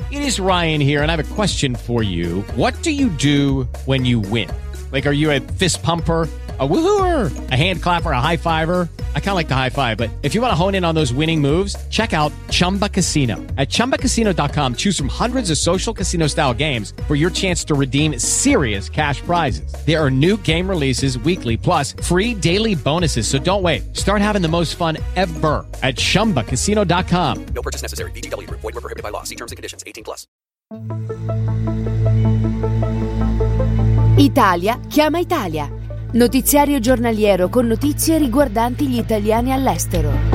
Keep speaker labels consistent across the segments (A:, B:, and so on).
A: It is Ryan here, and I have a question for you. What do you do when you win? Like, are you a fist pumper, a woohooer, a hand clapper, a high fiver? I kind of like the high five, but if you want to hone in on those winning moves, check out Chumba Casino. At ChumbaCasino.com, choose from hundreds of social casino style games for your chance to redeem serious cash prizes. There are new game releases weekly, plus free daily bonuses. So don't wait. Start having the most fun ever at ChumbaCasino.com.
B: No purchase necessary. VGW Group. Void where prohibited by law. See terms and conditions. 18+.
C: Italia chiama Italia. Notiziario giornaliero con notizie riguardanti gli italiani all'estero.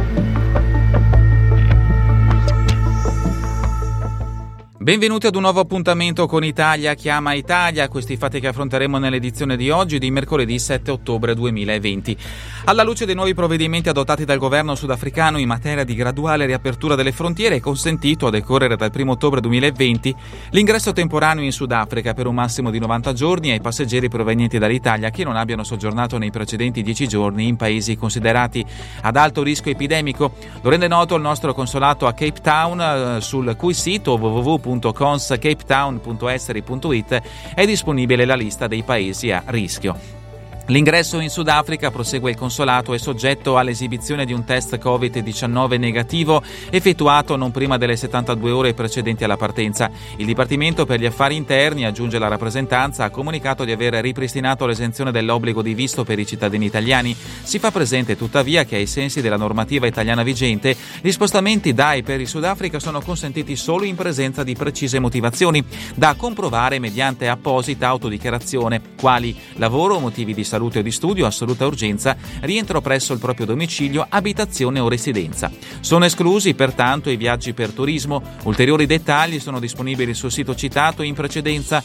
D: Benvenuti ad un nuovo appuntamento con Italia chiama Italia, questi fatti che affronteremo nell'edizione di oggi di mercoledì 7 ottobre 2020. Alla luce dei nuovi provvedimenti adottati dal governo sudafricano in materia di graduale riapertura delle frontiere, è consentito a decorrere dal 1 ottobre 2020 l'ingresso temporaneo in Sudafrica per un massimo di 90 giorni ai passeggeri provenienti dall'Italia che non abbiano soggiornato nei precedenti 10 giorni in paesi considerati ad alto rischio epidemico. Lo rende noto il nostro consolato a Cape Town, sul cui sito www.conscapetown.esteri.it è disponibile la lista dei paesi a rischio. L'ingresso in Sudafrica, prosegue il consolato, è soggetto all'esibizione di un test Covid-19 negativo effettuato non prima delle 72 ore precedenti alla partenza. Il Dipartimento per gli Affari Interni, aggiunge la rappresentanza, ha comunicato di aver ripristinato l'esenzione dell'obbligo di visto per i cittadini italiani. Si fa presente tuttavia che ai sensi della normativa italiana vigente gli spostamenti da e per il Sudafrica sono consentiti solo in presenza di precise motivazioni da comprovare mediante apposita autodichiarazione, quali lavoro, motivi di salute o di studio, assoluta urgenza, rientro presso il proprio domicilio, abitazione o residenza. Sono esclusi pertanto i viaggi per turismo. Ulteriori dettagli sono disponibili sul sito citato in precedenza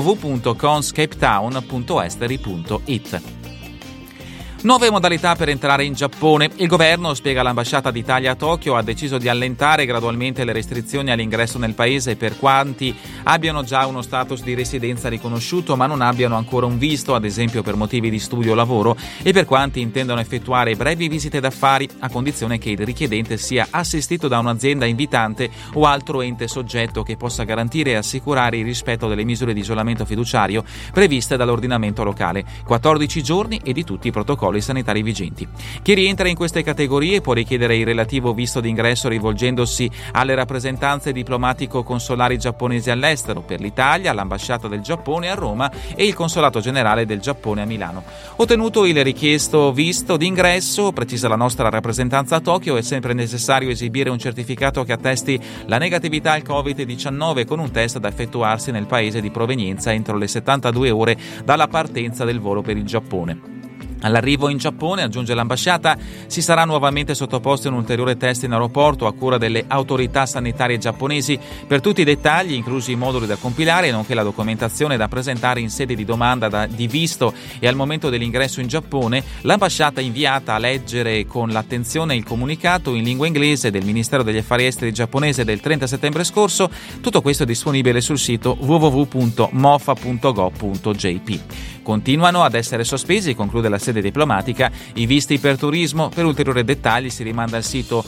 D: www.conscapetown.esteri.it. Nuove modalità per entrare in Giappone. Il governo, spiega l'ambasciata d'Italia a Tokyo, ha deciso di allentare gradualmente le restrizioni all'ingresso nel paese per quanti abbiano già uno status di residenza riconosciuto ma non abbiano ancora un visto, ad esempio per motivi di studio o lavoro, e per quanti intendano effettuare brevi visite d'affari, a condizione che il richiedente sia assistito da un'azienda invitante o altro ente soggetto che possa garantire e assicurare il rispetto delle misure di isolamento fiduciario previste dall'ordinamento locale, 14 giorni e di tutti i protocolli sanitari vigenti. Chi rientra in queste categorie può richiedere il relativo visto d'ingresso rivolgendosi alle rappresentanze diplomatico-consolari giapponesi all'estero, per l'Italia, l'ambasciata del Giappone a Roma e il consolato generale del Giappone a Milano. Ottenuto il richiesto visto d'ingresso, precisa la nostra rappresentanza a Tokyo, è sempre necessario esibire un certificato che attesti la negatività al Covid-19 con un test da effettuarsi nel paese di provenienza entro le 72 ore dalla partenza del volo per il Giappone. All'arrivo in Giappone, aggiunge l'ambasciata, si sarà nuovamente sottoposto a un ulteriore test in aeroporto a cura delle autorità sanitarie giapponesi. Per tutti i dettagli, inclusi i moduli da compilare, nonché la documentazione da presentare in sede di domanda di visto e al momento dell'ingresso in Giappone, l'ambasciata ha inviata a leggere con l'attenzione il comunicato in lingua inglese del Ministero degli Affari Esteri giapponese del 30 settembre scorso. Tutto questo è disponibile sul sito www.mofa.go.jp. Continuano ad essere sospesi, conclude la sede diplomatica, i visti per turismo. Per ulteriori dettagli si rimanda al sito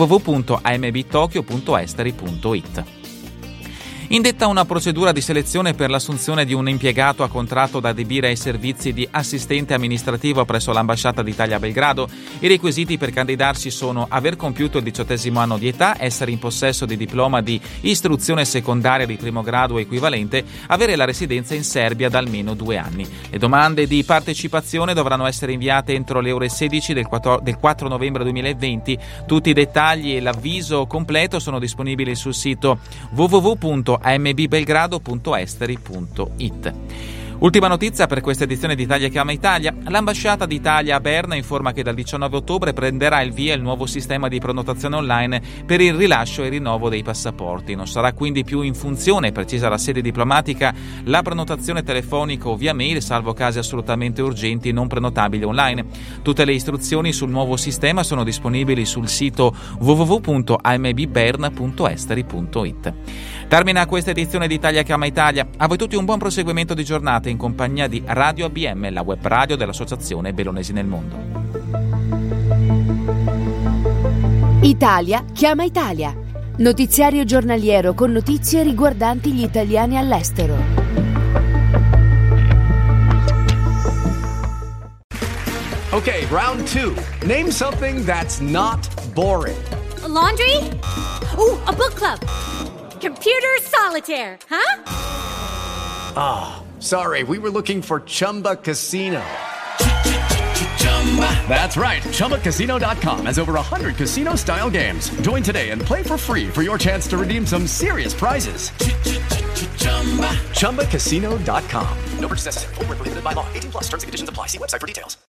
D: www.ambtokyo.esteri.it. Indetta una procedura di selezione per l'assunzione di un impiegato a contratto da adibire ai servizi di assistente amministrativo presso l'ambasciata d'Italia a Belgrado. I requisiti per candidarsi sono aver compiuto il 18° anno di età, essere in possesso di diploma di istruzione secondaria di primo grado o equivalente, avere la residenza in Serbia da almeno 2 anni. Le domande di partecipazione dovranno essere inviate entro le ore 16 del 4 novembre 2020. Tutti i dettagli e l'avviso completo sono disponibili sul sito www.ambelgrado.esteri.it. Ultima notizia per questa edizione di Italia chiama Italia. L'ambasciata d'Italia a Berna informa che dal 19 ottobre prenderà il via il nuovo sistema di prenotazione online per il rilascio e rinnovo dei passaporti. Non sarà quindi più in funzione, precisa la sede diplomatica, la prenotazione telefonica o via mail, salvo casi assolutamente urgenti non prenotabili online. Tutte le istruzioni sul nuovo sistema sono disponibili sul sito www.ambberna.esteri.it. Termina questa edizione di Italia chiama Italia. A voi tutti un buon proseguimento di giornata in compagnia di Radio ABM, la web radio dell'Associazione Bellunesi nel Mondo.
C: Italia chiama Italia. Notiziario giornaliero con notizie riguardanti gli italiani all'estero.
E: Okay, round 2. Name something that's not boring.
F: A laundry? Ooh, a book club. Computer solitaire, huh?
E: Ah, sorry, we were looking for Chumba Casino. That's right, ChumbaCasino.com has over 100 casino-style games. Join today and play for free for your chance to redeem some serious prizes. ChumbaCasino.com.
B: No purchase necessary. Void where prohibited by law. 18+ terms and conditions apply. See website for details.